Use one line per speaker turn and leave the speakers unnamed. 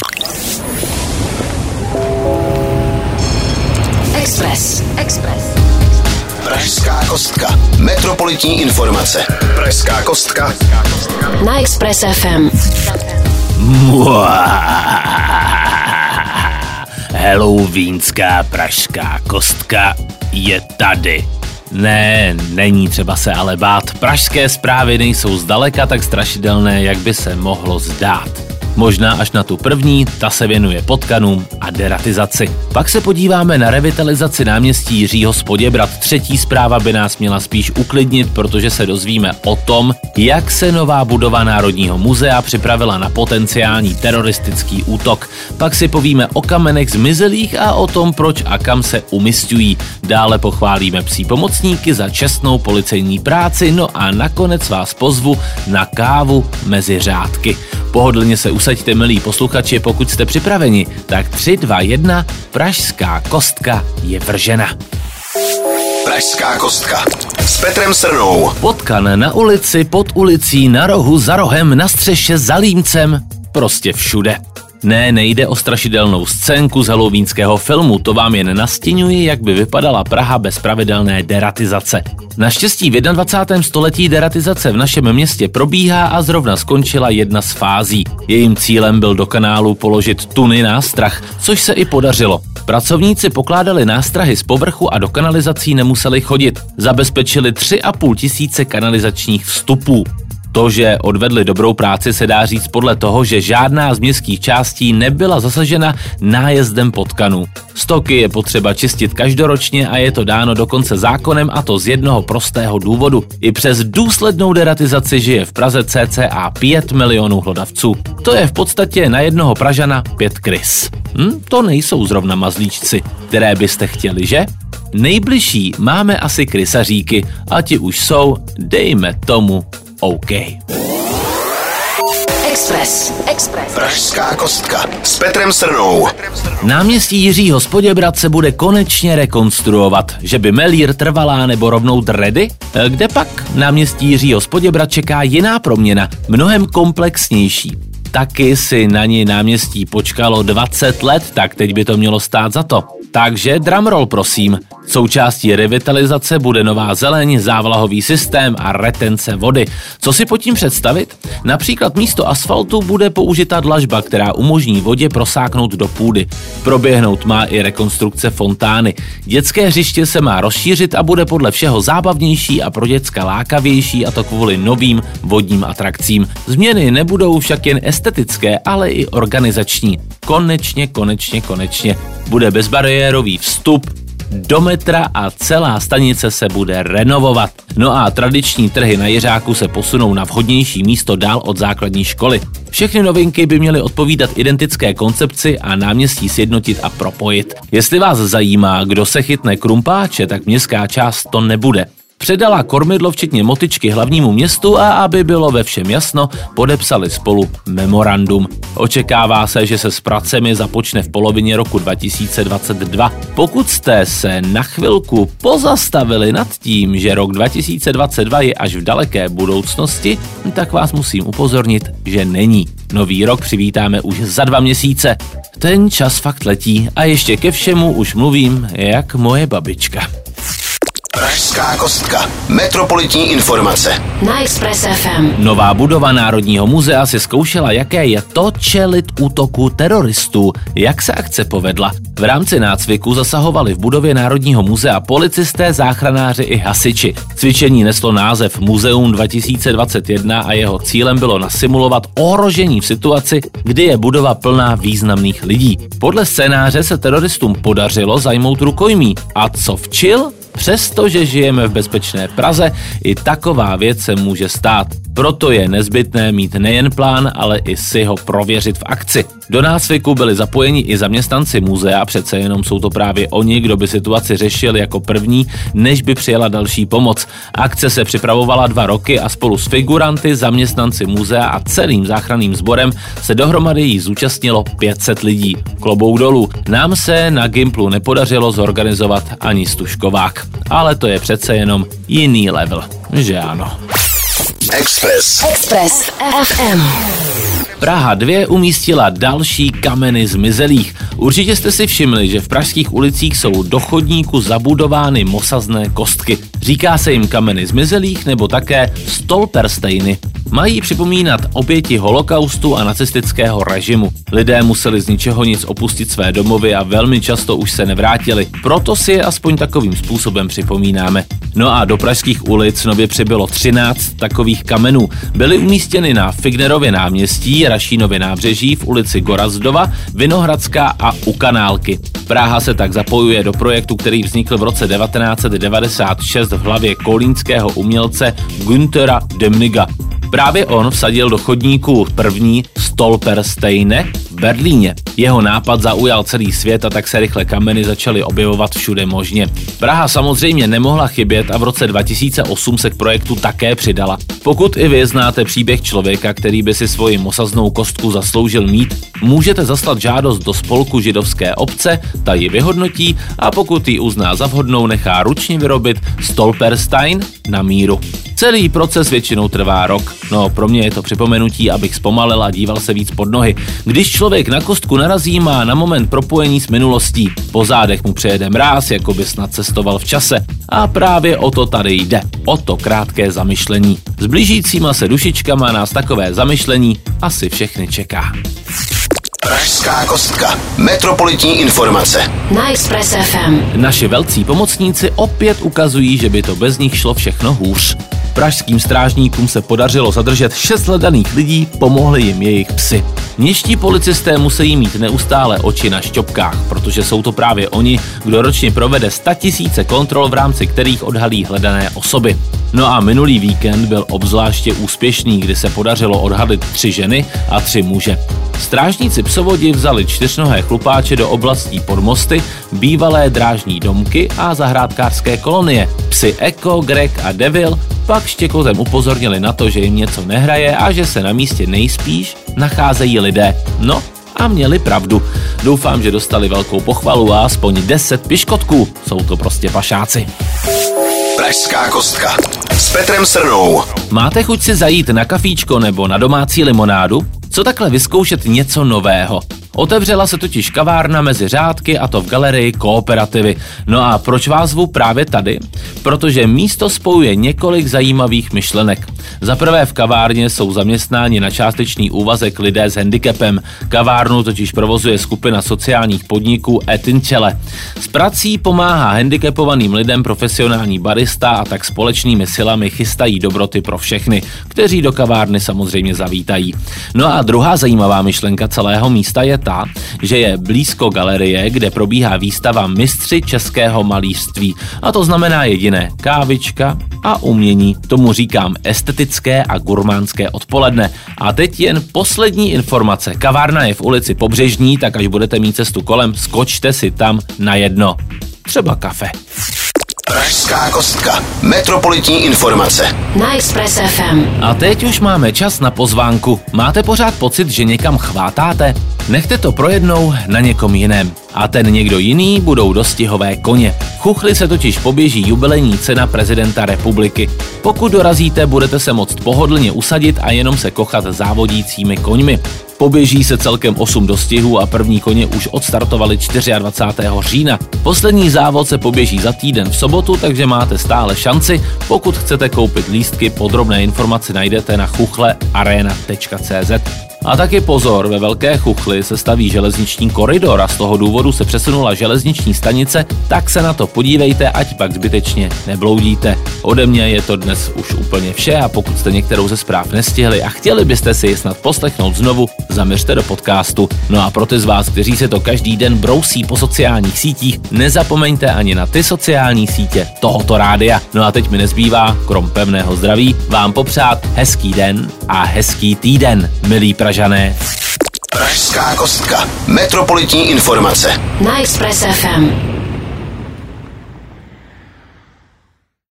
Express.
Pražská kostka. Metropolitní informace. Pražská kostka.
Na Express FM.
Halloweenská pražská kostka je tady. Ne, není třeba se ale bát. Pražské zprávy nejsou zdaleka tak strašidelné, jak by se mohlo zdát. Možná až na tu první, ta se věnuje potkanům a deratizaci. Pak se podíváme na revitalizaci náměstí Jiřího z Poděbrad. Třetí zpráva by nás měla spíš uklidnit, protože se dozvíme o tom, jak se nová budova Národního muzea připravila na potenciální teroristický útok. Pak si povíme o kamenech zmizelých a o tom, proč a kam se umisťují. Dále pochválíme psí pomocníky za čestnou policejní práci, no a nakonec vás pozvu na kávu mezi řádky. Pohodlně se usaďte, milí posluchači, pokud jste připraveni. Tak 3, 2, 1, pražská kostka je vržena.
Pražská kostka s Petrem Srnou.
Potkan na ulici, pod ulicí, na rohu, za rohem, na střeše, za límcem, prostě všude. Ne, nejde o strašidelnou scénku z halloweenského filmu, to vám jen nastěňuje, jak by vypadala Praha bez pravidelné deratizace. Naštěstí v 21. století deratizace v našem městě probíhá a zrovna skončila jedna z fází. Jejím cílem byl do kanálu položit tuny nástrah, což se i podařilo. Pracovníci pokládali nástrahy z povrchu a do kanalizací nemuseli chodit. Zabezpečili 3,5 tisíce kanalizačních vstupů. To, že odvedli dobrou práci, se dá říct podle toho, že žádná z městských částí nebyla zasažena nájezdem potkanů. Stoky je potřeba čistit každoročně a je to dáno dokonce zákonem, a to z jednoho prostého důvodu. I přes důslednou deratizaci žije v Praze cca 5 milionů hlodavců. To je v podstatě na jednoho Pražana 5 krys. To nejsou zrovna mazlíčci, které byste chtěli, že? Nejbližší máme asi krysaříky a ti už jsou, dejme tomu, OK.
Express.
Pražská kostka s Petrem Srnou.
Náměstí Jiřího z Poděbrad se bude konečně rekonstruovat. Že by melír trvalá nebo rovnou dredy? Kde pak? Náměstí Jiřího z Poděbrad čeká jiná proměna, mnohem komplexnější. Taky si na ní náměstí počkalo 20 let, tak teď by to mělo stát za to. Takže drumroll prosím. Součástí revitalizace bude nová zeleň, závlahový systém a retence vody. Co si pod tím představit? Například místo asfaltu bude použita dlažba, která umožní vodě prosáknout do půdy. Proběhnout má i rekonstrukce fontány. Dětské hřiště se má rozšířit a bude podle všeho zábavnější a pro děcka lákavější, a to kvůli novým vodním atrakcím. Změny nebudou však jen estetické, ale i organizační. Konečně bude bezbariérový vstup do metra a celá stanice se bude renovovat. No a tradiční trhy na Jiřáku se posunou na vhodnější místo dál od základní školy. Všechny novinky by měly odpovídat identické koncepci a náměstí sjednotit a propojit. Jestli vás zajímá, kdo se chytne krumpáče, tak městská část to nebude. Předala kormidlo včetně motyčky hlavnímu městu a aby bylo ve všem jasno, podepsali spolu memorandum. Očekává se, že se s pracemi započne v polovině roku 2022. Pokud jste se na chvilku pozastavili nad tím, že rok 2022 je až v daleké budoucnosti, tak vás musím upozornit, že není. Nový rok přivítáme už za 2 měsíce. Ten čas fakt letí a ještě ke všemu už mluvím jak moje babička.
Pražská kostka. Metropolitní informace.
Na Express FM.
Nová budova Národního muzea si zkoušela, jaké je to čelit útoku teroristů. Jak se akce povedla? V rámci nácviku zasahovali v budově Národního muzea policisté, záchranáři i hasiči. Cvičení neslo název Muzeum 2021 a jeho cílem bylo nasimulovat ohrožení v situaci, kdy je budova plná významných lidí. Podle scénáře se teroristům podařilo zajmout rukojmí. A co včil? Přestože žijeme v bezpečné Praze, i taková věc se může stát. Proto je nezbytné mít nejen plán, ale i si ho prověřit v akci. Do nácviku byli zapojeni i zaměstnanci muzea, přece jenom jsou to právě oni, kdo by situaci řešil jako první, než by přijela další pomoc. Akce se připravovala 2 roky a spolu s figuranty, zaměstnanci muzea a celým záchranným sborem se dohromady jí zúčastnilo 500 lidí. Klobouk dolů. Nám se na Gimplu nepodařilo zorganizovat ani stužkovák. Ale to je přece jenom jiný level, že ano?
Express
FM.
Praha 2 umístila další kameny zmizelých. Určitě jste si všimli, že v pražských ulicích jsou do chodníku zabudovány mosazné kostky. Říká se jim kameny zmizelých nebo také stolpersteiny. Mají připomínat oběti holokaustu a nacistického režimu. Lidé museli z ničeho nic opustit své domovy a velmi často už se nevrátili. Proto si je aspoň takovým způsobem připomínáme. No a do pražských ulic nově přibylo 13 takových kamenů. Byly umístěny na Fignerově náměstí, Rašínově nábřeží, v ulici Gorazdova, Vinohradská a u Kanálky. Praha se tak zapojuje do projektu, který vznikl v roce 1996 v hlavě kolínského umělce Günthera Demniga. Právě on vsadil do chodníku první stolpersteine v Berlíně. Jeho nápad zaujal celý svět a tak se rychle kameny začaly objevovat všude možně. Praha samozřejmě nemohla chybět a v roce 2008 se k projektu také přidala. Pokud i vy znáte příběh člověka, který by si svoji mosaznou kostku zasloužil mít, můžete zaslat žádost do spolku židovské obce, ta ji vyhodnotí a pokud ji uzná za vhodnou, nechá ručně vyrobit stolperstein na míru. Celý proces většinou trvá rok. No, pro mě je to připomenutí, abych zpomalil a díval se víc pod nohy. Když člověk na kostku narazí, má na moment propojení s minulostí. Po zádech mu přejede mráz, jako by snad cestoval v čase. A právě o to tady jde. O to krátké zamyšlení. S blížícíma se dušičkama nás takové zamyšlení asi všechny čeká.
Pražská kostka. Metropolitní informace.
Na Express FM.
Naši velcí pomocníci opět ukazují, že by to bez nich šlo všechno hůř. Pražským strážníkům se podařilo zadržet 6 hledaných lidí, pomohli jim jejich psy. Městští policisté musí mít neustále oči na šťopkách, protože jsou to právě oni, kdo ročně provede 100 000 kontrol, v rámci kterých odhalí hledané osoby. No a minulý víkend byl obzvláště úspěšný, kdy se podařilo odhalit 3 ženy a 3 muže. Strážníci psovodi vzali 4nohé chlupáče do oblastí pod mosty, bývalé drážní domky a zahrádkářské kolonie. Psy Eko, Greg a Devil pak štěkotem upozornili na to, že jim něco nehraje a že se na místě nejspíš nacházejí lidé. No a měli pravdu. Doufám, že dostali velkou pochvalu a aspoň 10 piškotků. Jsou to prostě pašáci.
Pražská kostka s Petrem Srnou.
Máte chuť si zajít na kafíčko nebo na domácí limonádu? Co takhle vyzkoušet něco nového? Otevřela se totiž kavárna mezi řádky a to v galerii Kooperativy. No a proč vás zvu právě tady? Protože místo spojuje několik zajímavých myšlenek. Za prvé v kavárně jsou zaměstnáni na částečný úvazek lidé s handicapem. Kavárnu totiž provozuje skupina sociálních podniků Etinčele. S prací pomáhá handicapovaným lidem profesionální barista a tak společnými silami chystají dobroty pro všechny, kteří do kavárny samozřejmě zavítají. No a druhá zajímavá myšlenka celého místa je ta, že je blízko galerie, kde probíhá výstava Mistři českého malířství. A to znamená jediné: kávička a umění. Tomu říkám estetické a gurmánské odpoledne. A teď jen poslední informace. Kavárna je v ulici Pobřežní, tak až budete mít cestu kolem, skočte si tam na jedno. Třeba kafe.
Pražská kostka. Metropolitní informace.
Na Express FM.
A teď už máme čas na pozvánku. Máte pořád pocit, že někam chvátáte? Nechte to pro jednou na někom jiném. A ten někdo jiný budou dostihové koně. V Chuchli se totiž poběží jubilejní cena prezidenta republiky. Pokud dorazíte, budete se moct pohodlně usadit a jenom se kochat závodícími koňmi. Poběží se celkem 8 dostihů a první koně už odstartovali 24. října. Poslední závod se poběží za týden v sobotu, takže máte stále šanci. Pokud chcete koupit lístky, podrobné informace najdete na chuchlearena.cz. A taky pozor, ve Velké Chuchli se staví železniční koridor a z toho důvodu se přesunula železniční stanice, tak se na to podívejte, ať pak zbytečně nebloudíte. Ode mě je to dnes už úplně vše a pokud jste některou ze zpráv nestihli a chtěli byste si ji snad poslechnout znovu, zaměřte do podcastu. No a pro ty z vás, kteří se to každý den brousí po sociálních sítích, nezapomeňte ani na ty sociální sítě tohoto rádia. No a teď mi nezbývá, krom pevného zdraví, vám popřát hezký den a hezký týden, milí Pražané.
Pražská kostka. Metropolitní informace.
Na Express FM.